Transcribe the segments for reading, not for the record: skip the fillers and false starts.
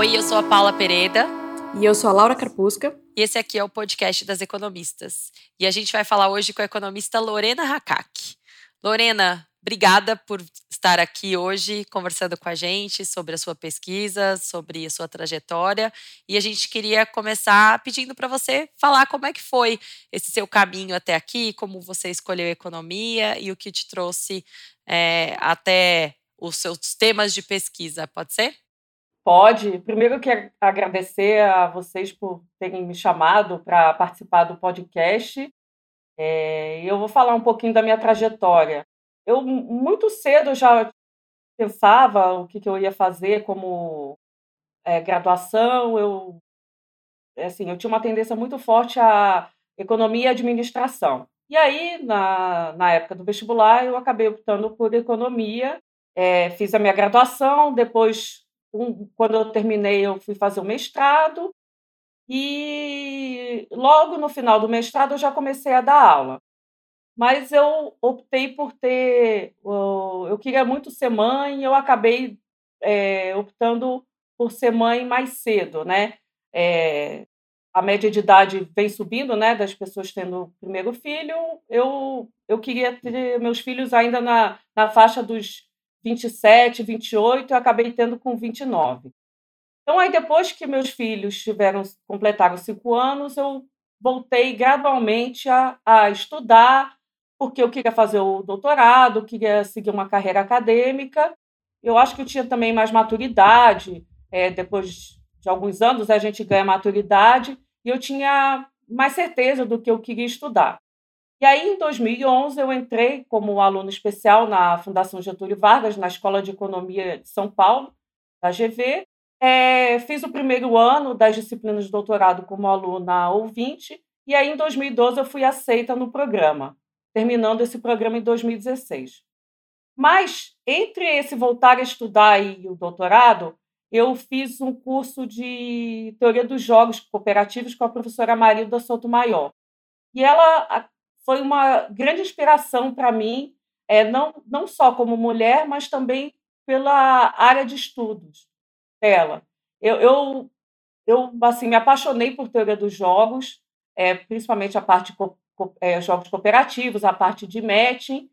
Oi, eu sou a Paula Pereda. E eu sou a Laura Carpusca. E esse aqui é o podcast das economistas. E a gente vai falar hoje com a economista Lorena Racaque. Lorena, obrigada por estar aqui hoje conversando com a gente sobre a sua pesquisa, sobre a sua trajetória. E a gente queria começar pedindo para você falar como é que foi esse seu caminho até aqui, como você escolheu a economia e o que te trouxe até os seus temas de pesquisa. Pode ser? Pode. Primeiro eu quero agradecer a vocês por terem me chamado para participar do podcast. Eu vou falar um pouquinho da minha trajetória. Eu, muito cedo, já pensava o que eu ia fazer como graduação. Eu tinha uma tendência muito forte à economia e administração. E aí, na época do vestibular, eu acabei optando por economia. Fiz a minha graduação, depois, quando eu terminei, eu fui fazer o mestrado e logo no final do mestrado eu já comecei a dar aula. Mas eu optei por eu queria muito ser mãe e eu acabei optando por ser mãe mais cedo, né? A média de idade vem subindo, né, das pessoas tendo o primeiro filho. Eu queria ter meus filhos ainda na faixa dos 27, 28, eu acabei tendo com 29. Então, aí, depois que meus filhos completaram 5 anos, eu voltei gradualmente a estudar, porque eu queria fazer o doutorado, queria seguir uma carreira acadêmica. Eu acho que eu tinha também mais maturidade, depois de alguns anos a gente ganha maturidade, e eu tinha mais certeza do que eu queria estudar. E aí, em 2011, eu entrei como aluno especial na Fundação Getúlio Vargas, na Escola de Economia de São Paulo, da GV. Fiz o primeiro ano das disciplinas de doutorado como aluna ouvinte, e aí, em 2012, eu fui aceita no programa, terminando esse programa em 2016. Mas, entre esse voltar a estudar e o doutorado, eu fiz um curso de Teoria dos Jogos Cooperativos com a professora Marilda Sotomayor. E ela foi uma grande inspiração para mim, não só como mulher, mas também pela área de estudos dela. Eu assim, me apaixonei por teoria dos jogos, principalmente a parte de jogos cooperativos, a parte de matching,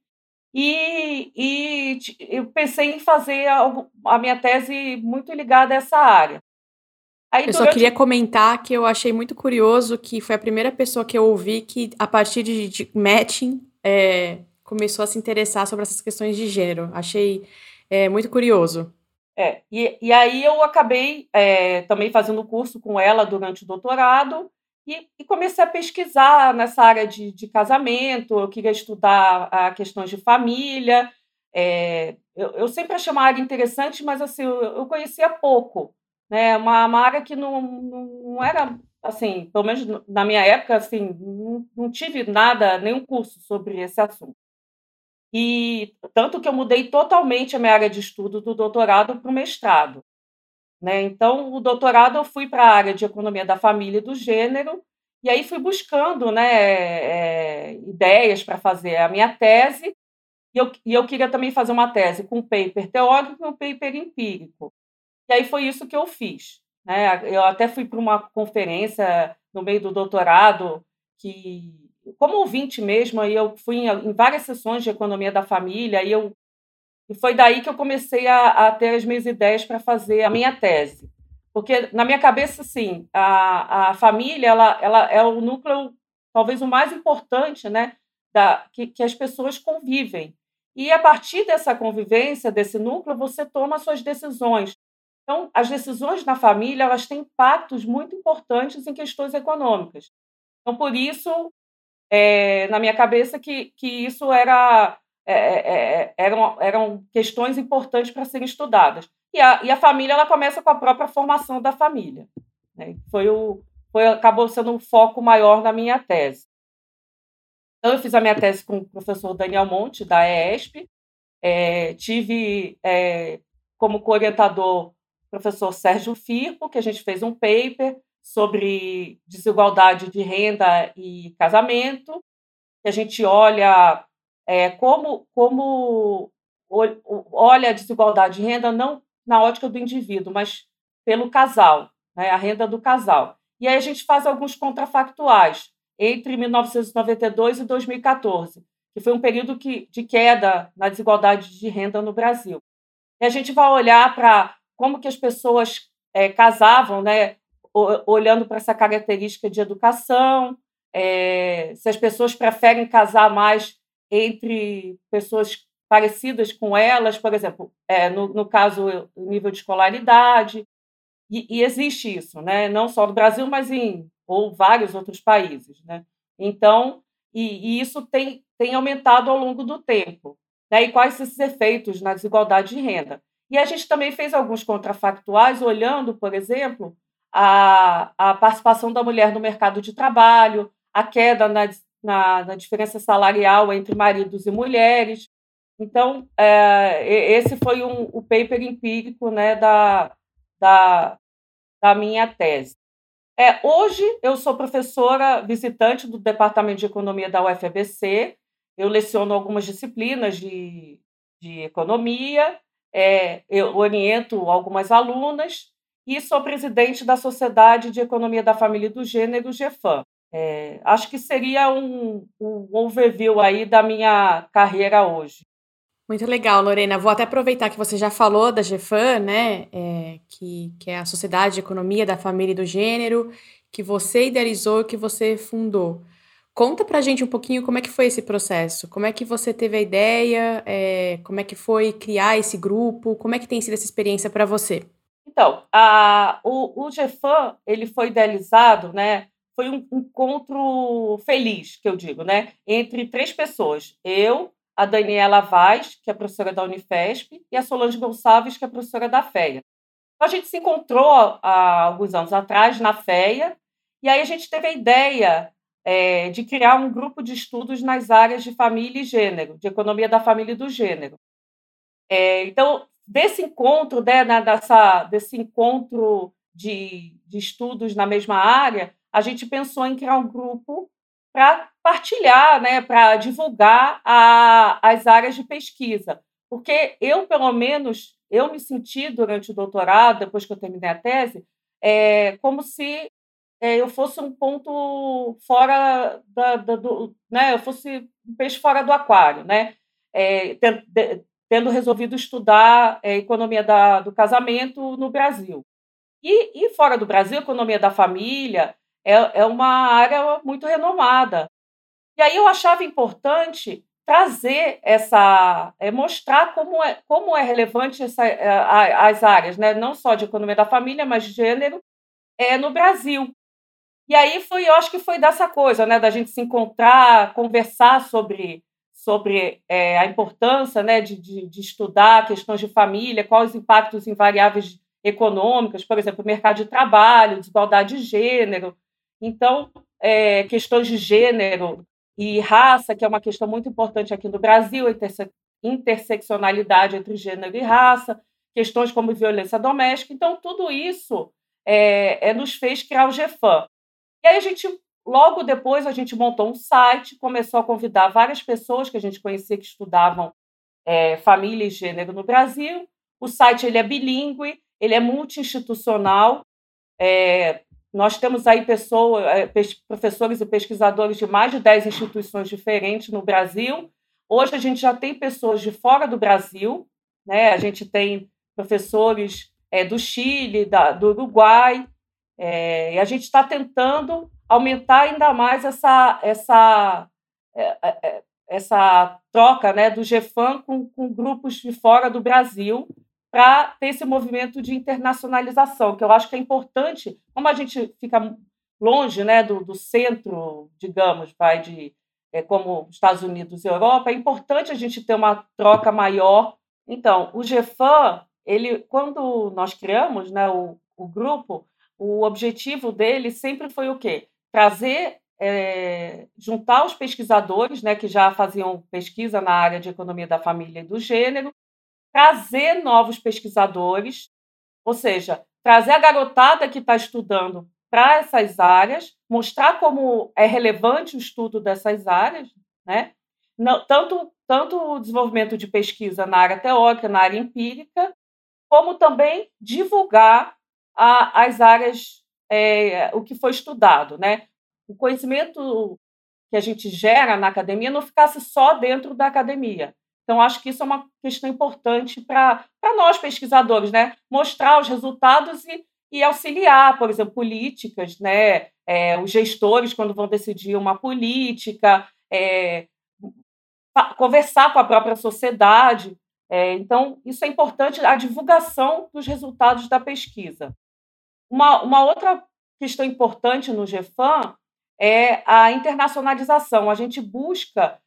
e eu pensei em fazer a minha tese muito ligada a essa área. Aí, eu só queria comentar que eu achei muito curioso que foi a primeira pessoa que eu ouvi que, a partir de matching, começou a se interessar sobre essas questões de gênero. Achei muito curioso. E aí eu acabei também fazendo curso com ela durante o doutorado e comecei a pesquisar nessa área de casamento. Eu queria estudar questões de família. Eu sempre achei uma área interessante, mas assim, eu conhecia pouco, né? Uma área que não era, assim, pelo menos na minha época, assim, não tive nenhum curso sobre esse assunto. E tanto que eu mudei totalmente a minha área de estudo do doutorado para o mestrado, né? Então, o doutorado eu fui para a área de economia da família e do gênero, e aí fui buscando, né, ideias para fazer a minha tese, e eu queria também fazer uma tese com um paper teórico e um paper empírico. E aí foi isso que eu fiz, né? Eu até fui para uma conferência no meio do doutorado, como ouvinte mesmo, aí eu fui em várias sessões de economia da família, e foi daí que eu comecei a ter as minhas ideias para fazer a minha tese. Porque, na minha cabeça, assim, a família ela é o núcleo, talvez o mais importante, né, que as pessoas convivem. E, a partir dessa convivência, desse núcleo, você toma suas decisões. Então, as decisões na família elas têm impactos muito importantes em questões econômicas. Então, por isso, na minha cabeça, que isso eram questões importantes para serem estudadas. E a família ela começa com a própria formação da família, né? Acabou sendo um foco maior na minha tese. Então, eu fiz a minha tese com o professor Daniel Monte, da EESP, tive como co-orientador o professor Sérgio Firpo, que a gente fez um paper sobre desigualdade de renda e casamento, que a gente olha como olha a desigualdade de renda não na ótica do indivíduo, mas pelo casal, né, a renda do casal. E aí a gente faz alguns contrafactuais entre 1992 e 2014, que foi um período de queda na desigualdade de renda no Brasil. E a gente vai olhar para como que as pessoas casavam, né, olhando para essa característica de educação, se as pessoas preferem casar mais entre pessoas parecidas com elas, por exemplo, no caso, o nível de escolaridade, e existe isso, né? Não só no Brasil, mas ou vários outros países, né? Então, e isso tem aumentado ao longo do tempo, né? E quais esses efeitos na desigualdade de renda? E a gente também fez alguns contrafactuais, olhando, por exemplo, a participação da mulher no mercado de trabalho, a queda na diferença salarial entre maridos e mulheres. Então, esse foi o paper empírico, né, da minha tese. Hoje, eu sou professora visitante do Departamento de Economia da UFABC, eu leciono algumas disciplinas de economia, eu oriento algumas alunas e sou presidente da Sociedade de Economia da Família e do Gênero, GEFAM. Acho que seria um overview aí da minha carreira hoje. Muito legal, Lorena. Vou até aproveitar que você já falou da GEFAM, né? Que é a Sociedade de Economia da Família e do Gênero, que você idealizou, que você fundou. Conta pra gente um pouquinho como é que foi esse processo, como é que você teve a ideia, como é que foi criar esse grupo, como é que tem sido essa experiência para você? Então, o GEFAM, ele foi idealizado, né? Foi um encontro feliz, que eu digo, né? Entre 3 pessoas. Eu, a Daniela Vaz, que é professora da Unifesp, e a Solange Gonçalves, que é professora da FEA. Então, a gente se encontrou há alguns anos atrás na FEA, e aí a gente teve a ideia de criar um grupo de estudos nas áreas de família e gênero, de economia da família e do gênero. Então, desse encontro, né, desse encontro de estudos na mesma área, a gente pensou em criar um grupo para partilhar, né, para divulgar as áreas de pesquisa. Porque eu, pelo menos, eu me senti durante o doutorado, depois que eu terminei a tese, como se eu fosse um ponto fora do, né, eu fosse um peixe fora do aquário, né? Tendo resolvido estudar economia do casamento no Brasil. E fora do Brasil, economia da família é uma área muito renomada. E aí eu achava importante trazer mostrar como é relevante as áreas, né? Não só de economia da família, mas de gênero, no Brasil. E aí eu acho que foi dessa coisa, né, da gente se encontrar, conversar sobre a importância, né, de estudar questões de família, quais os impactos em variáveis econômicas, por exemplo, mercado de trabalho, desigualdade de gênero. Então, questões de gênero e raça, que é uma questão muito importante aqui no Brasil, a interseccionalidade entre gênero e raça, questões como violência doméstica. Então, tudo isso nos fez criar o GEFAM. E aí logo depois, a gente montou um site, começou a convidar várias pessoas que a gente conhecia que estudavam família e gênero no Brasil. O site ele é bilíngue, ele é multi-institucional. Nós temos aí professores e pesquisadores de mais de 10 instituições diferentes no Brasil. Hoje a gente já tem pessoas de fora do Brasil, né? A gente tem professores do Chile, do Uruguai, e a gente está tentando aumentar ainda mais essa troca, né, do GEFAM com grupos de fora do Brasil, para ter esse movimento de internacionalização, que eu acho que é importante, como a gente fica longe, né, do centro, digamos, como Estados Unidos e Europa, é importante a gente ter uma troca maior. Então, o GEFAM, quando nós criamos, né, o grupo, o objetivo dele sempre foi o quê? Juntar os pesquisadores, né, que já faziam pesquisa na área de economia da família e do gênero, trazer novos pesquisadores, ou seja, trazer a garotada que está estudando para essas áreas, mostrar como é relevante o estudo dessas áreas, né? Tanto o desenvolvimento de pesquisa na área teórica, na área empírica, como também divulgar as áreas, o que foi estudado, né? O conhecimento que a gente gera na academia não ficasse só dentro da academia. Então, acho que isso é uma questão importante para nós, pesquisadores, né? Mostrar os resultados e auxiliar, por exemplo, políticas, né? Os gestores, quando vão decidir uma política, conversar com a própria sociedade. Então, isso é importante, a divulgação dos resultados da pesquisa. Uma outra questão importante no GEFAM é a internacionalização. A gente busca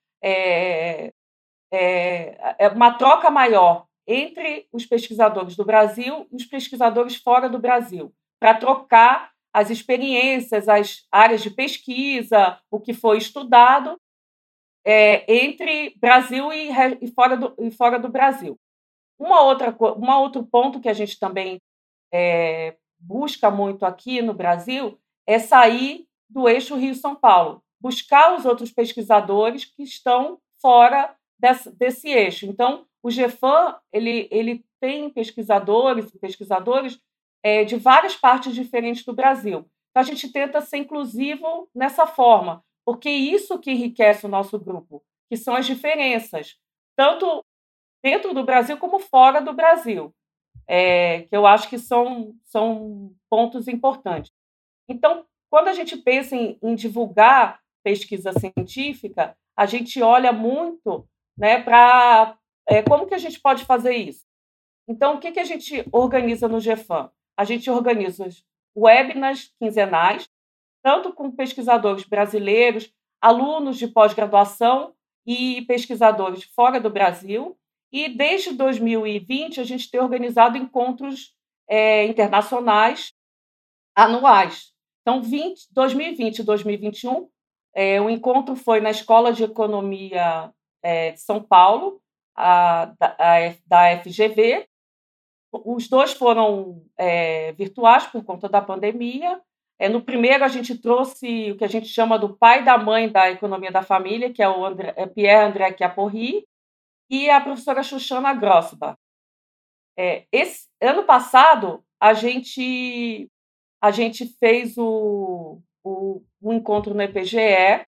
uma troca maior entre os pesquisadores do Brasil e os pesquisadores fora do Brasil, para trocar as experiências, as áreas de pesquisa, o que foi estudado, entre Brasil e fora do Brasil. Um outro ponto que a gente também busca muito aqui no Brasil é sair do eixo Rio-São Paulo, buscar os outros pesquisadores que estão fora desse eixo. Então, o GEFAM ele tem pesquisadores de várias partes diferentes do Brasil. Então, a gente tenta ser inclusivo nessa forma, porque é isso que enriquece o nosso grupo, que são as diferenças, tanto dentro do Brasil como fora do Brasil, que eu acho que são pontos importantes. Então, quando a gente pensa em divulgar pesquisa científica, a gente olha muito, né, para como que a gente pode fazer isso. Então, o que a gente organiza no GEFAM? A gente organiza webinars quinzenais, tanto com pesquisadores brasileiros, alunos de pós-graduação e pesquisadores fora do Brasil. E desde 2020 a gente tem organizado encontros internacionais anuais. Então, 2020 e 2021, o encontro foi na Escola de Economia de São Paulo, da FGV. Os dois foram virtuais por conta da pandemia. No primeiro, a gente trouxe o que a gente chama do pai e da mãe da economia da família, que é o Pierre-André Chiappori, e a professora Shoshana Grossbach. Esse ano passado, a gente fez um encontro no EPGE,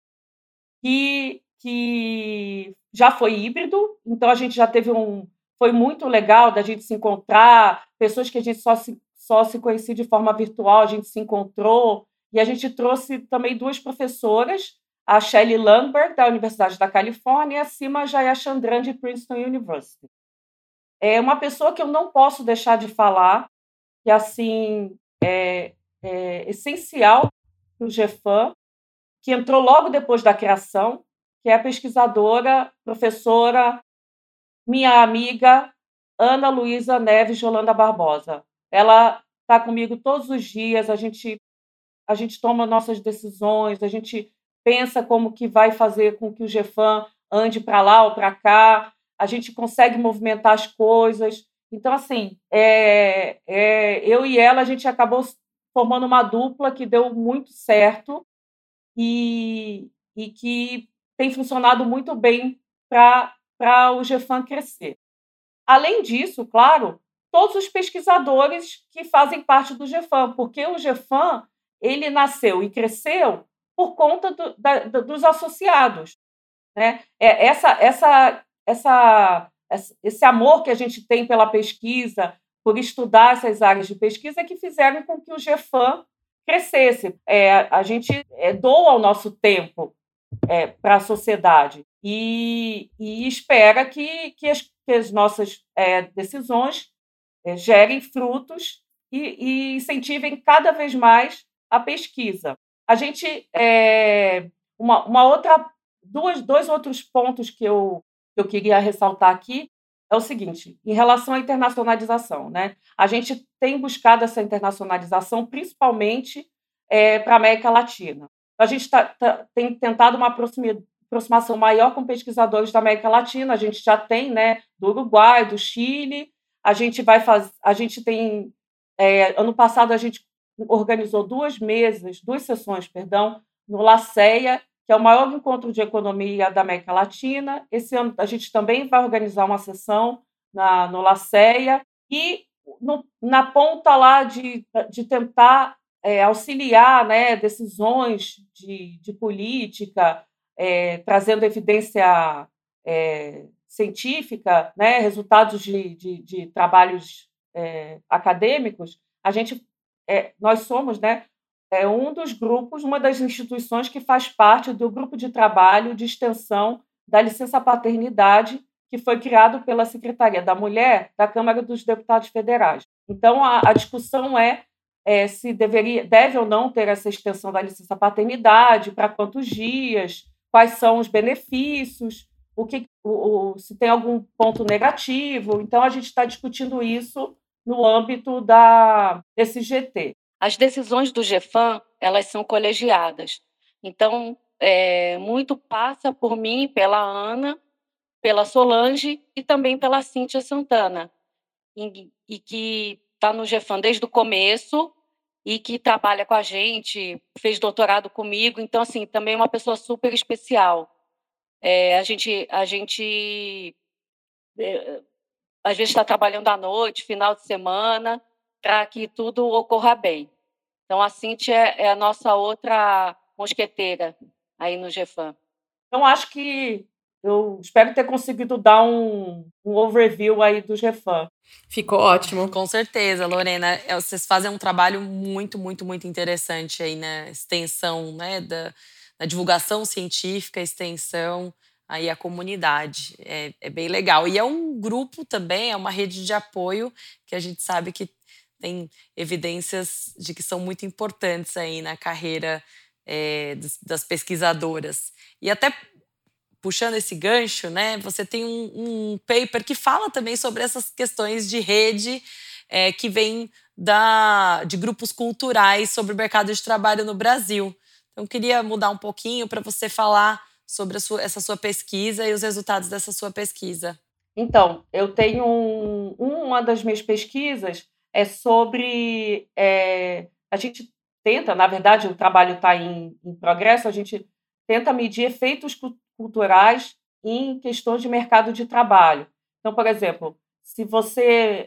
que já foi híbrido, então a gente já teve foi muito legal da gente se encontrar, pessoas que a gente só se conhecia de forma virtual, a gente se encontrou, e a gente trouxe também duas professoras, a Shelley Lundberg, da Universidade da Califórnia, e a Sima Jayachandran, de Princeton University. É uma pessoa que eu não posso deixar de falar, que assim, é essencial para o GEFAM, que entrou logo depois da criação, que é a pesquisadora, professora, minha amiga, Ana Luísa Neves de Holanda Barbosa. Ela está comigo todos os dias, a gente toma nossas decisões, a gente pensa como que vai fazer com que o GEFAM ande para lá ou para cá, a gente consegue movimentar as coisas. Então, assim, eu e ela, a gente acabou formando uma dupla que deu muito certo e que tem funcionado muito bem para o GEFAM crescer. Além disso, claro, todos os pesquisadores que fazem parte do GEFAM, porque o GEFAM ele nasceu e cresceu por conta dos associados, né? Esse amor que a gente tem pela pesquisa, por estudar essas áreas de pesquisa, que fizeram com que o GEFAM crescesse. A gente doa o nosso tempo para a sociedade e espera que as nossas decisões gerem frutos e incentivem cada vez mais a pesquisa. A gente dois outros pontos que eu queria ressaltar aqui é o seguinte, em relação à internacionalização, né? A gente tem buscado essa internacionalização principalmente para a América Latina. A gente tem tentado uma aproximação maior com pesquisadores da América Latina. A gente já tem, né, do Uruguai, do Chile. Ano passado a gente organizou duas sessões, perdão, no LACEA, que é o maior encontro de economia da América Latina. Esse ano a gente também vai organizar uma sessão no LACEA. E na ponta lá de tentar auxiliar, né, decisões de política, trazendo evidência científica, né, resultados de trabalhos acadêmicos, nós somos, né, um dos grupos, uma das instituições que faz parte do grupo de trabalho de extensão da licença paternidade, que foi criado pela Secretaria da Mulher da Câmara dos Deputados Federais. Então, a discussão se deve ou não ter essa extensão da licença paternidade, para quantos dias, quais são os benefícios, se tem algum ponto negativo. Então, a gente está discutindo isso no âmbito desse GT. As decisões do GEFAM, elas são colegiadas. Então, muito passa por mim, pela Ana, pela Solange e também pela Cíntia Santana, e que está no GEFAM desde o começo e que trabalha com a gente, fez doutorado comigo. Então, assim, também é uma pessoa super especial. A gente às vezes está trabalhando à noite, final de semana, para que tudo ocorra bem. Então, a Cíntia é a nossa outra mosqueteira aí no GEFAM. Então, acho que eu espero ter conseguido dar um overview aí do GEFAM. Ficou ótimo. Com certeza, Lorena. Vocês fazem um trabalho muito, muito, muito interessante aí na extensão, né, da divulgação científica, extensão aí à comunidade. É bem legal. E é um grupo também, é uma rede de apoio que a gente sabe que tem evidências de que são muito importantes aí na carreira das pesquisadoras. E até puxando esse gancho, né, você tem um paper que fala também sobre essas questões de rede que vem de grupos culturais sobre o mercado de trabalho no Brasil. Então, queria mudar um pouquinho para você falar sobre essa sua pesquisa e os resultados dessa sua pesquisa. Então, eu tenho uma das minhas pesquisas sobre... a gente tenta, na verdade, o trabalho está em progresso, a gente tenta medir efeitos culturais em questões de mercado de trabalho. Então, por exemplo, se você...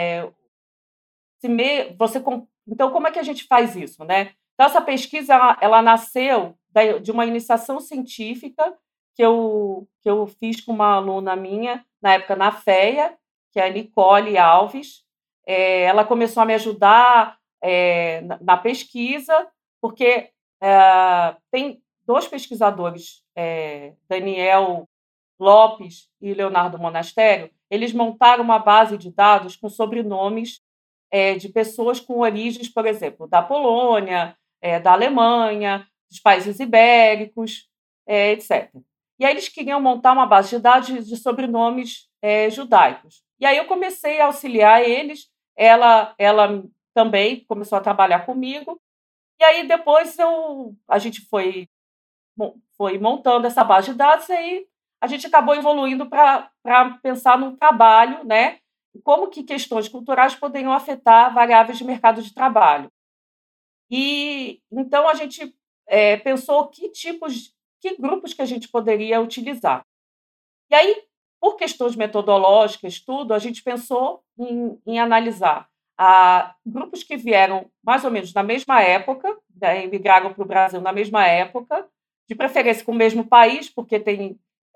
Então, como é que a gente faz isso, né? Então, essa pesquisa ela nasceu de uma iniciação científica que eu fiz com uma aluna minha, na época na FEA, que é a Nicole Alves. Ela começou a me ajudar na pesquisa, porque tem dois pesquisadores, Daniel Lopes e Leonardo Monastério, eles montaram uma base de dados com sobrenomes de pessoas com origens, por exemplo, da Polônia, da Alemanha, dos países ibéricos, etc. E aí eles queriam montar uma base de dados de sobrenomes judaicos. E aí eu comecei a auxiliar eles, ela também começou a trabalhar comigo, e aí depois a gente foi montando essa base de dados, e aí a gente acabou evoluindo para pensar no trabalho, né? Como que questões culturais poderiam afetar variáveis de mercado de trabalho. E então a gente pensou que grupos que a gente poderia utilizar. E aí, por questões metodológicas, tudo, a gente pensou em analisar grupos que vieram mais ou menos na mesma época, né, migraram para o Brasil na mesma época, de preferência com o mesmo país, porque tem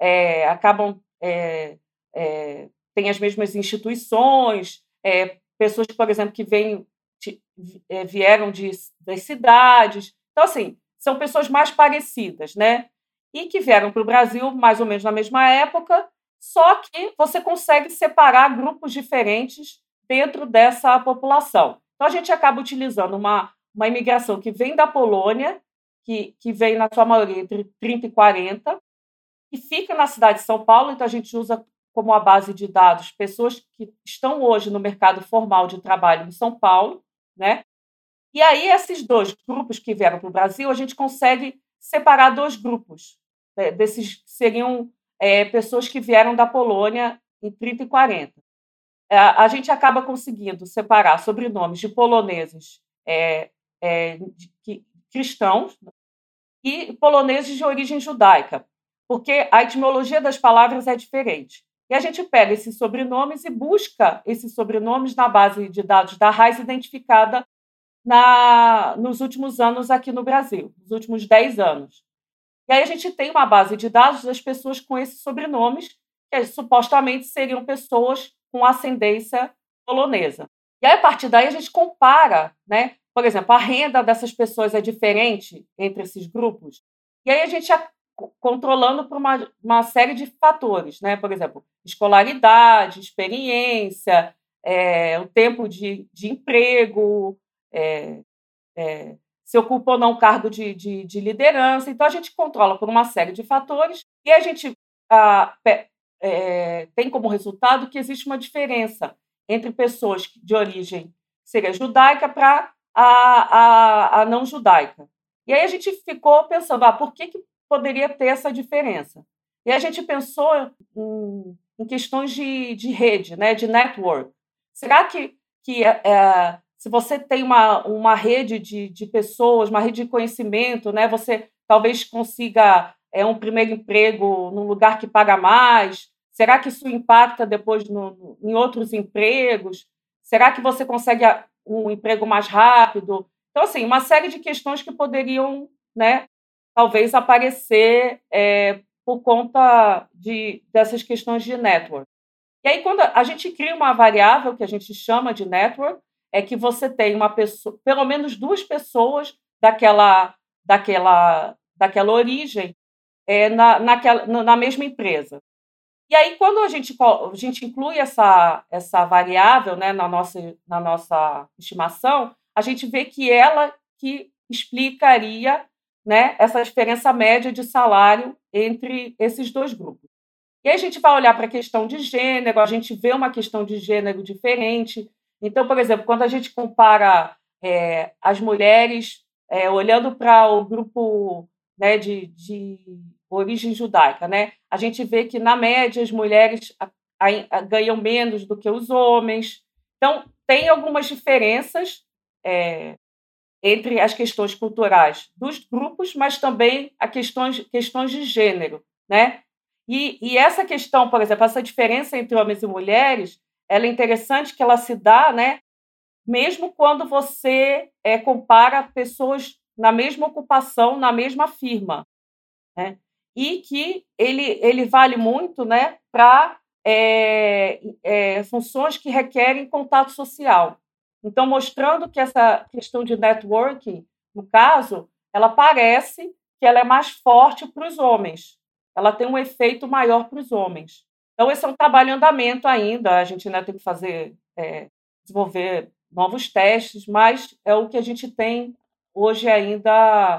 as mesmas instituições, pessoas, por exemplo, que vieram das cidades. Então, assim, são pessoas mais parecidas, né? E que vieram para o Brasil mais ou menos na mesma época, só que você consegue separar grupos diferentes dentro dessa população. Então, a gente acaba utilizando uma imigração que vem da Polônia, que vem, na sua maioria, entre 30 e 40, e fica na cidade de São Paulo. Então, a gente usa como a base de dados pessoas que estão hoje no mercado formal de trabalho em São Paulo, né? E aí, esses dois grupos que vieram para o Brasil, a gente consegue separar dois grupos, né? Desses seriam pessoas que vieram da Polônia em 30 e 40. A gente acaba conseguindo separar sobrenomes de poloneses cristãos e poloneses de origem judaica, porque a etimologia das palavras é diferente. E a gente pega esses sobrenomes e busca esses sobrenomes na base de dados da RAIS identificada nos últimos anos aqui no Brasil, nos últimos 10 anos. E aí a gente tem uma base de dados das pessoas com esses sobrenomes, que supostamente seriam pessoas com ascendência polonesa. E aí, a partir daí, a gente compara, né? Por exemplo, a renda dessas pessoas é diferente entre esses grupos. E aí a gente controlando por uma série de fatores, né? Por exemplo, escolaridade, experiência, o tempo de emprego, se ocupa ou não um cargo de liderança. Então, a gente controla por uma série de fatores e a gente tem como resultado que existe uma diferença entre pessoas de origem seria judaica para a não judaica. E aí a gente ficou pensando, por que poderia ter essa diferença? E a gente pensou em questões de rede, né, de network. Será que se você tem uma rede de pessoas, uma rede de conhecimento, né, você talvez consiga um primeiro emprego num lugar que paga mais? Será que isso impacta depois em outros empregos? Será que você consegue um emprego mais rápido? Então, assim, uma série de questões que poderiam, né, talvez aparecer por conta dessas questões de network. E aí, quando a gente cria uma variável que a gente chama de network, é que você tem uma pessoa, pelo menos duas pessoas daquela origem na mesma empresa. E aí, quando a gente inclui essa variável, né, na nossa estimação, a gente vê que ela que explicaria, né, essa diferença média de salário entre esses dois grupos. E aí a gente vai olhar para a questão de gênero, a gente vê uma questão de gênero diferente. Então, por exemplo, quando a gente compara as mulheres olhando para o grupo, né, de origem judaica, né, a gente vê que, na média, as mulheres ganham menos do que os homens. Então, tem algumas diferenças entre as questões culturais dos grupos, mas também a questões de gênero, né? E essa questão, por exemplo, essa diferença entre homens e mulheres, ela é interessante que ela se dá, né, mesmo quando você compara pessoas na mesma ocupação, na mesma firma, né? E que ele vale muito, né, para funções que requerem contato social. Então, mostrando que essa questão de networking, no caso, ela parece que ela é mais forte para os homens. Ela tem um efeito maior para os homens. Então, esse é um trabalho em andamento ainda. A gente ainda tem que desenvolver novos testes, mas é o que a gente tem hoje ainda,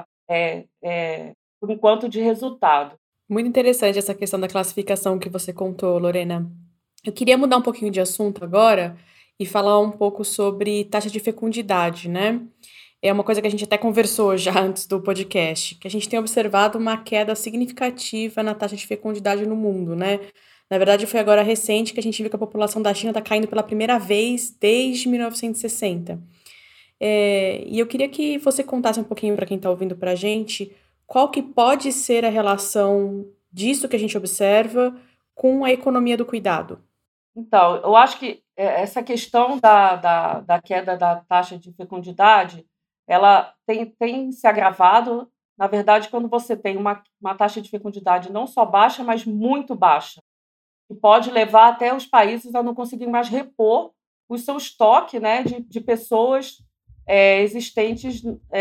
por enquanto, de resultado. Muito interessante essa questão da classificação que você contou, Lorena. Eu queria mudar um pouquinho de assunto agora e falar um pouco sobre taxa de fecundidade, né? É uma coisa que a gente até conversou já antes do podcast, que a gente tem observado uma queda significativa na taxa de fecundidade no mundo, né? Na verdade, foi agora recente que a gente viu que a população da China está caindo pela primeira vez desde 1960. E eu queria que você contasse um pouquinho para quem está ouvindo para a gente qual que pode ser a relação disso que a gente observa com a economia do cuidado. Então, eu acho que essa questão da queda da taxa de fecundidade, ela tem se agravado, na verdade, quando você tem uma taxa de fecundidade não só baixa, mas muito baixa, que pode levar até os países a não conseguirem mais repor o seu estoque, né, de pessoas existentes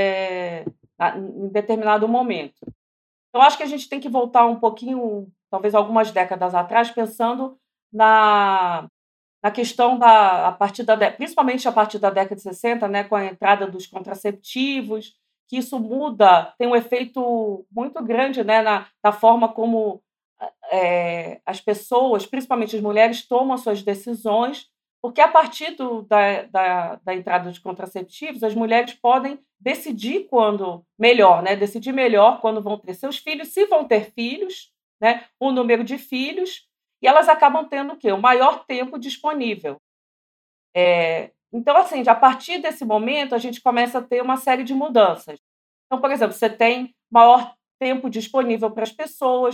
em determinado momento. Então, acho que a gente tem que voltar um pouquinho, talvez algumas décadas atrás, pensando na questão principalmente a partir da década de 60, né, com a entrada dos contraceptivos, que isso tem um efeito muito grande, né, na forma como as pessoas, principalmente as mulheres, tomam suas decisões, porque a partir da entrada dos contraceptivos, as mulheres podem decidir decidir melhor quando vão ter seus filhos, se vão ter filhos, né, o número de filhos, e elas acabam tendo o quê? O maior tempo disponível. Então, assim, a partir desse momento, a gente começa a ter uma série de mudanças. Então, por exemplo, você tem maior tempo disponível para as pessoas,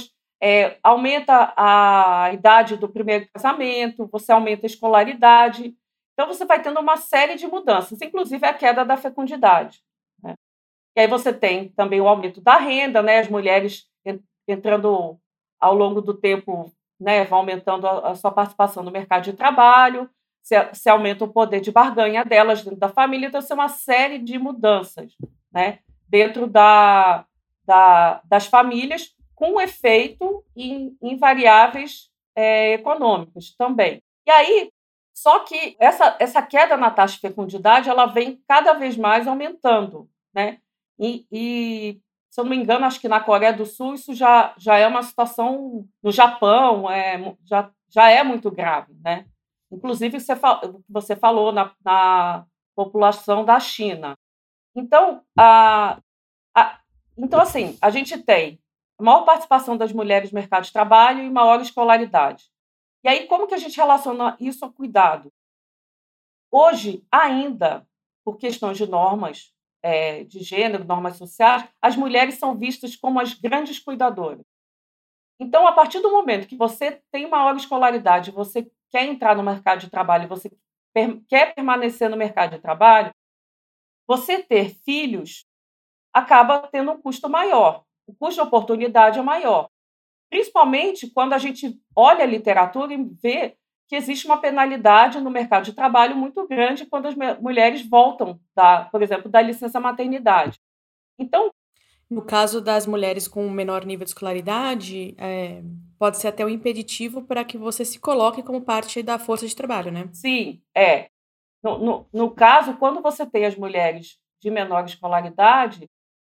aumenta a idade do primeiro casamento, você aumenta a escolaridade. Então, você vai tendo uma série de mudanças, inclusive a queda da fecundidade, né? E aí você tem também o aumento da renda, né? As mulheres entrando ao longo do tempo, né, vão aumentando a sua participação no mercado de trabalho, se aumenta o poder de barganha delas dentro da família, então, isso é uma série de mudanças, né, dentro das famílias, com efeito em variáveis econômicos também. E aí, só que essa queda na taxa de fecundidade, ela vem cada vez mais aumentando, né? E se eu não me engano, acho que na Coreia do Sul isso já é uma situação, no Japão já é muito grave, né? Inclusive, você falou na população da China. Então, então, assim, a gente tem a maior participação das mulheres no mercado de trabalho e maior escolaridade. E aí, como que a gente relaciona isso ao cuidado? Hoje, ainda, por questões de normas de gênero, normas sociais, as mulheres são vistas como as grandes cuidadoras. Então, a partir do momento que você tem maior escolaridade, você quer entrar no mercado de trabalho, você quer permanecer no mercado de trabalho, você ter filhos acaba tendo um custo maior. O custo de oportunidade é maior. Principalmente quando a gente olha a literatura e vê que existe uma penalidade no mercado de trabalho muito grande quando as mulheres voltam, por exemplo, da licença maternidade. Então, no caso das mulheres com menor nível de escolaridade, pode ser até um impeditivo para que você se coloque como parte da força de trabalho, né? Sim, é. No caso, quando você tem as mulheres de menor escolaridade,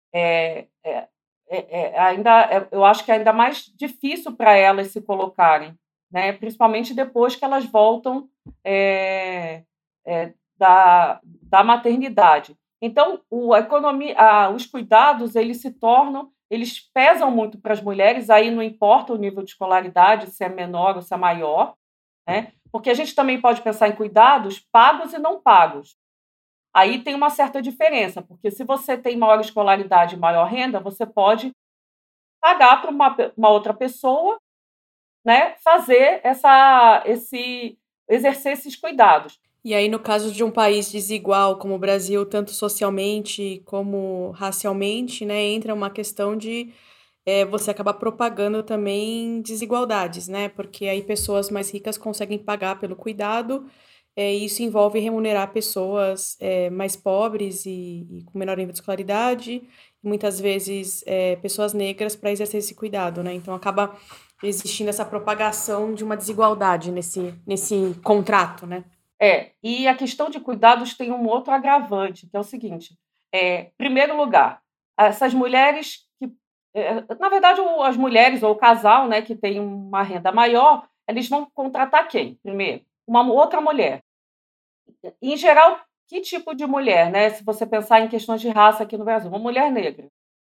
eu acho que é ainda mais difícil para elas se colocarem, né? Principalmente depois que elas voltam da maternidade. Então, os cuidados, eles pesam muito para as mulheres, aí não importa o nível de escolaridade, se é menor ou se é maior, né? Porque a gente também pode pensar em cuidados pagos e não pagos. Aí tem uma certa diferença, porque se você tem maior escolaridade e maior renda, você pode pagar para uma outra pessoa, né, exercer esses cuidados. E aí, no caso de um país desigual como o Brasil, tanto socialmente como racialmente, né, entra uma questão de você acabar propagando também desigualdades, né? Porque aí pessoas mais ricas conseguem pagar pelo cuidado, e isso envolve remunerar pessoas mais pobres e com menor nível de escolaridade, e muitas vezes pessoas negras para exercer esse cuidado, né? Então acaba existindo essa propagação de uma desigualdade nesse contrato, né? E a questão de cuidados tem um outro agravante, que é o seguinte: primeiro lugar, essas mulheres na verdade, as mulheres ou o casal, né, que tem uma renda maior, eles vão contratar quem? Primeiro, uma outra mulher. Em geral, que tipo de mulher, né? Se você pensar em questões de raça aqui no Brasil, uma mulher negra.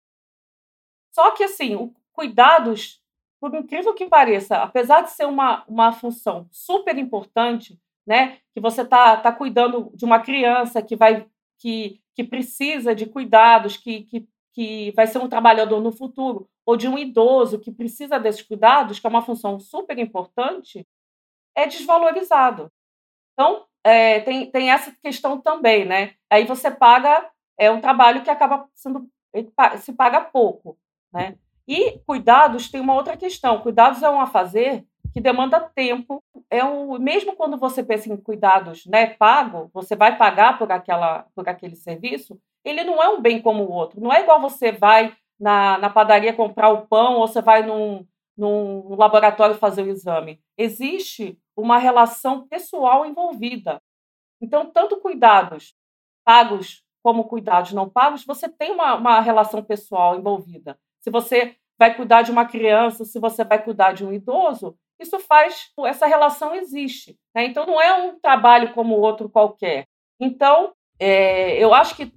Só que, assim, cuidados, por incrível que pareça, apesar de ser uma função super importante, né, que você tá cuidando de uma criança que precisa de cuidados, que vai ser um trabalhador no futuro, ou de um idoso que precisa desses cuidados, que é uma função super importante, é desvalorizado. Então, tem essa questão também, né? Aí você paga um trabalho que acaba se paga pouco, né? E cuidados tem uma outra questão. Cuidados é um afazer que demanda tempo. Mesmo quando você pensa em cuidados, né, pago, você vai pagar por aquele serviço, ele não é um bem como o outro. Não é igual você vai na padaria comprar o pão ou você vai num laboratório fazer o exame. Existe uma relação pessoal envolvida. Então, tanto cuidados pagos como cuidados não pagos, você tem uma relação pessoal envolvida. Se você vai cuidar de uma criança, se você vai cuidar de um idoso, essa relação existe, né? Então, não é um trabalho como outro qualquer. Então, eu acho que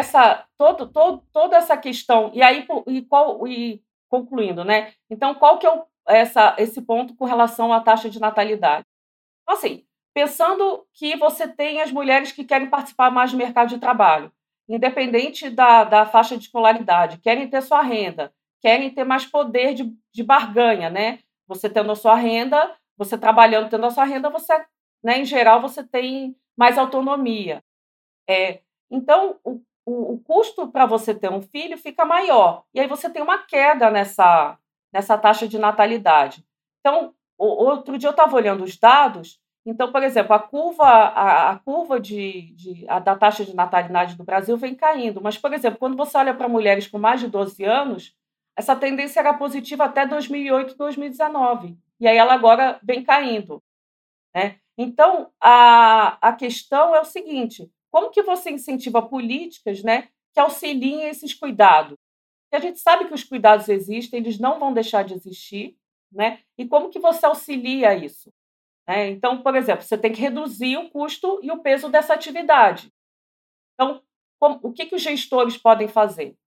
toda essa questão, e concluindo, né? Então, qual que é esse ponto com relação à taxa de natalidade? Assim, pensando que você tem as mulheres que querem participar mais do mercado de trabalho, independente da faixa de escolaridade, querem ter sua renda, querem ter mais poder de barganha, né? Você tendo a sua renda, você trabalhando, tendo a sua renda, você, né, em geral, você tem mais autonomia. Então, o custo para você ter um filho fica maior. E aí você tem uma queda nessa taxa de natalidade. Então, outro dia eu estava olhando os dados. Então, por exemplo, a curva da taxa de natalidade do Brasil vem caindo. Mas, por exemplo, quando você olha para mulheres com mais de 12 anos, essa tendência era positiva até 2008, 2019. E aí ela agora vem caindo, né? Então, a questão é o seguinte: como que você incentiva políticas, né, que auxiliem esses cuidados? Porque a gente sabe que os cuidados existem, eles não vão deixar de existir, né? E como que você auxilia isso? Né? Então, por exemplo, você tem que reduzir o custo e o peso dessa atividade. Então, o que os gestores podem fazer?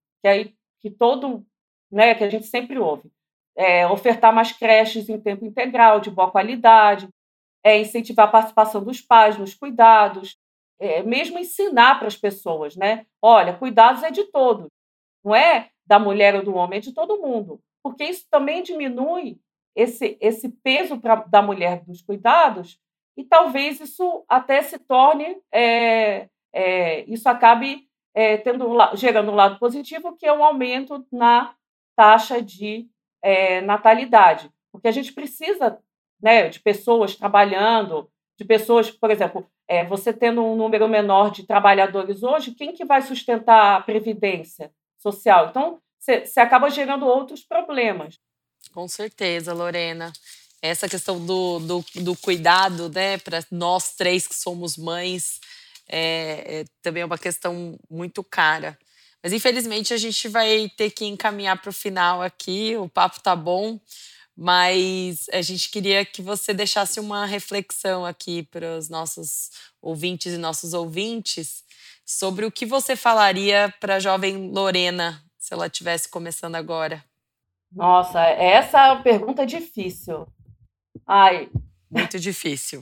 Né, que a gente sempre ouve. Ofertar mais creches em tempo integral, de boa qualidade, incentivar a participação dos pais nos cuidados, mesmo ensinar para as pessoas, né? Olha, cuidados é de todos, não é da mulher ou do homem, é de todo mundo, porque isso também diminui esse peso da mulher dos cuidados e talvez isso até se torne, isso acabe gerando um lado positivo, que é um aumento na taxa de natalidade, porque a gente precisa, né, de pessoas trabalhando, de pessoas, por exemplo, você tendo um número menor de trabalhadores hoje, quem que vai sustentar a previdência social? Então, você acaba gerando outros problemas. Com certeza, Lorena. Essa questão do cuidado, né, para nós três que somos mães, também é uma questão muito cara. Mas, infelizmente, a gente vai ter que encaminhar para o final aqui. O papo tá bom, mas a gente queria que você deixasse uma reflexão aqui para os nossos ouvintes e nossos ouvintes sobre o que você falaria para a jovem Lorena se ela estivesse começando agora. Nossa, essa é uma pergunta difícil. Ai. Muito difícil.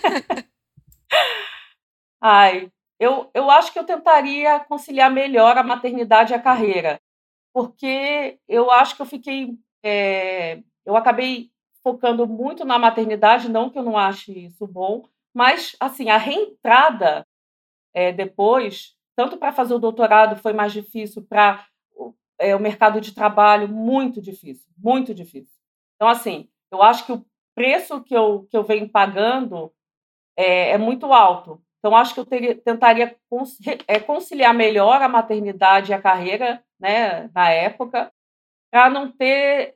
Eu acho que eu tentaria conciliar melhor a maternidade e a carreira, porque eu acho que eu acabei focando muito na maternidade, não que eu não ache isso bom, mas assim, a reentrada depois, tanto para fazer o doutorado foi mais difícil, para o mercado de trabalho muito difícil, muito difícil. Então, assim, eu acho que o preço que eu venho pagando é muito alto. Então, acho que eu tentaria conciliar melhor a maternidade e a carreira, né, na época, para não ter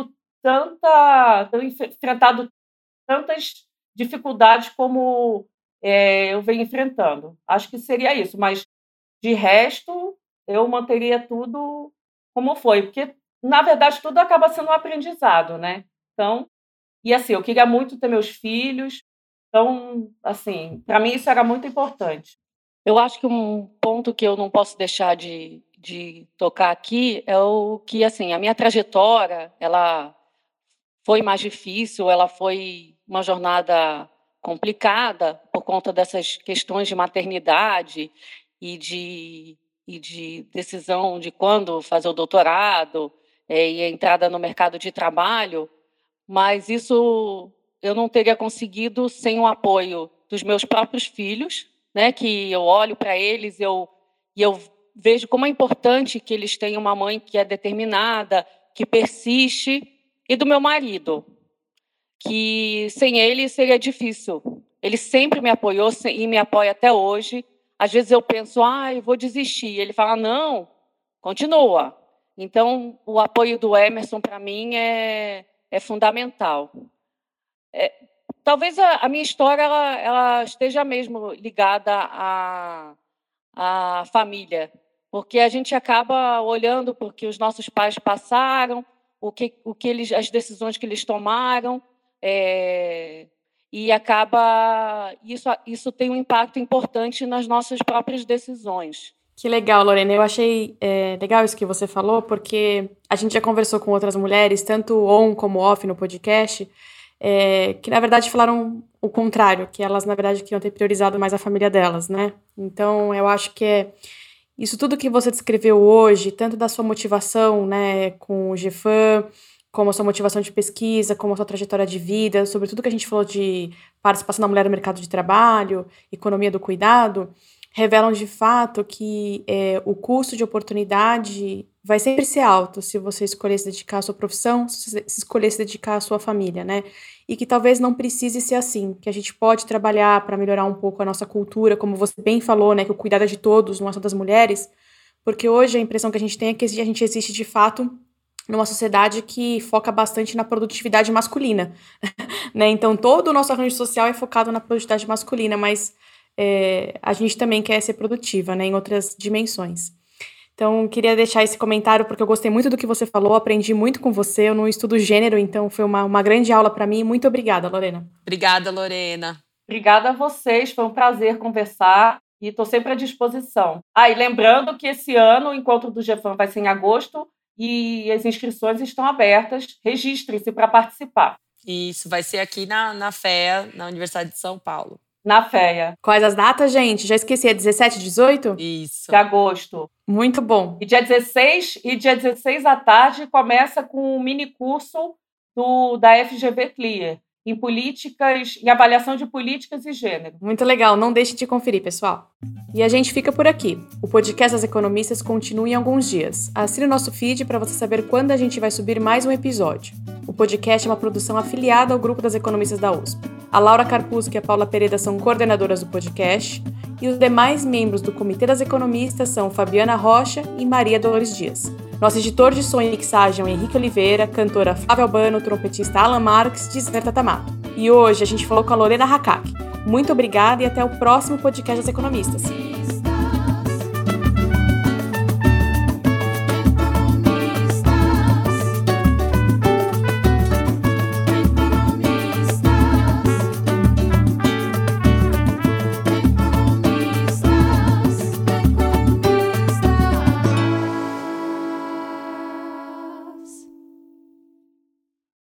enfrentado tantas dificuldades como eu venho enfrentando. Acho que seria isso, mas de resto, eu manteria tudo como foi, porque, na verdade, tudo acaba sendo um aprendizado, né? Então, e assim, eu queria muito ter meus filhos, então, assim, para mim isso era muito importante. Eu acho que um ponto que eu não posso deixar de tocar aqui é o que, assim, a minha trajetória, ela foi mais difícil, ela foi uma jornada complicada por conta dessas questões de maternidade e de decisão de quando fazer o doutorado e a entrada no mercado de trabalho, mas isso eu não teria conseguido sem o apoio dos meus próprios filhos, né, que eu olho para eles e eu vejo como é importante que eles tenham uma mãe que é determinada, que persiste, e do meu marido, que sem ele seria difícil. Ele sempre me apoiou e me apoia até hoje. Às vezes eu penso, eu vou desistir. Ele fala, não, continua. Então, o apoio do Emerson, para mim, é fundamental. Talvez a minha história ela esteja mesmo ligada à família, porque a gente acaba olhando porque os nossos pais passaram, as decisões que eles tomaram, e acaba isso tem um impacto importante nas nossas próprias decisões. Que legal, Lorena. Eu achei legal isso que você falou, porque a gente já conversou com outras mulheres, tanto on como off no podcast, que na verdade falaram o contrário, que elas na verdade queriam ter priorizado mais a família delas, né? Então eu acho que Isso tudo que você descreveu hoje, tanto da sua motivação, né, com o GEFAM, como a sua motivação de pesquisa, como a sua trajetória de vida, sobre tudo que a gente falou de participação da mulher no mercado de trabalho, economia do cuidado, revelam de fato que o custo de oportunidade vai sempre ser alto se você escolher se dedicar à sua profissão, se escolher se dedicar à sua família, né? E que talvez não precise ser assim, que a gente pode trabalhar para melhorar um pouco a nossa cultura, como você bem falou, né, que o cuidado é de todos, não é só das mulheres, porque hoje a impressão que a gente tem é que a gente existe de fato numa sociedade que foca bastante na produtividade masculina, né? Então todo o nosso arranjo social é focado na produtividade masculina, mas a gente também quer ser produtiva, né, em outras dimensões. Então, queria deixar esse comentário porque eu gostei muito do que você falou, aprendi muito com você, eu não estudo gênero, então foi uma grande aula para mim. Muito obrigada, Lorena. Obrigada, Lorena. Obrigada a vocês, foi um prazer conversar e estou sempre à disposição. E lembrando que esse ano o encontro do GEFAM vai ser em agosto e as inscrições estão abertas, registrem-se para participar. Isso, vai ser aqui na FEA, na Universidade de São Paulo. Na FEA. Quais as datas, gente? Já esqueci, é 17 e 18? Isso. De agosto. Muito bom. E dia 16 à tarde começa com um mini curso da FGV Clear, em avaliação de políticas e gênero. Muito legal, não deixe de conferir, pessoal. E a gente fica por aqui. O podcast das economistas continua em alguns dias. Assine o nosso feed para você saber quando a gente vai subir mais um episódio. O podcast é uma produção afiliada ao grupo das economistas da USP. A Laura Carpusco e a Paula Pereira são coordenadoras do podcast e os demais membros do Comitê das Economistas são Fabiana Rocha e Maria Dolores Dias. Nosso editor de som e mixagem é Henrique Oliveira, cantora Flávia Albano, trompetista Alan Marques, designer Tamato. E hoje a gente falou com a Lorena Hakak. Muito obrigada e até o próximo podcast das economistas.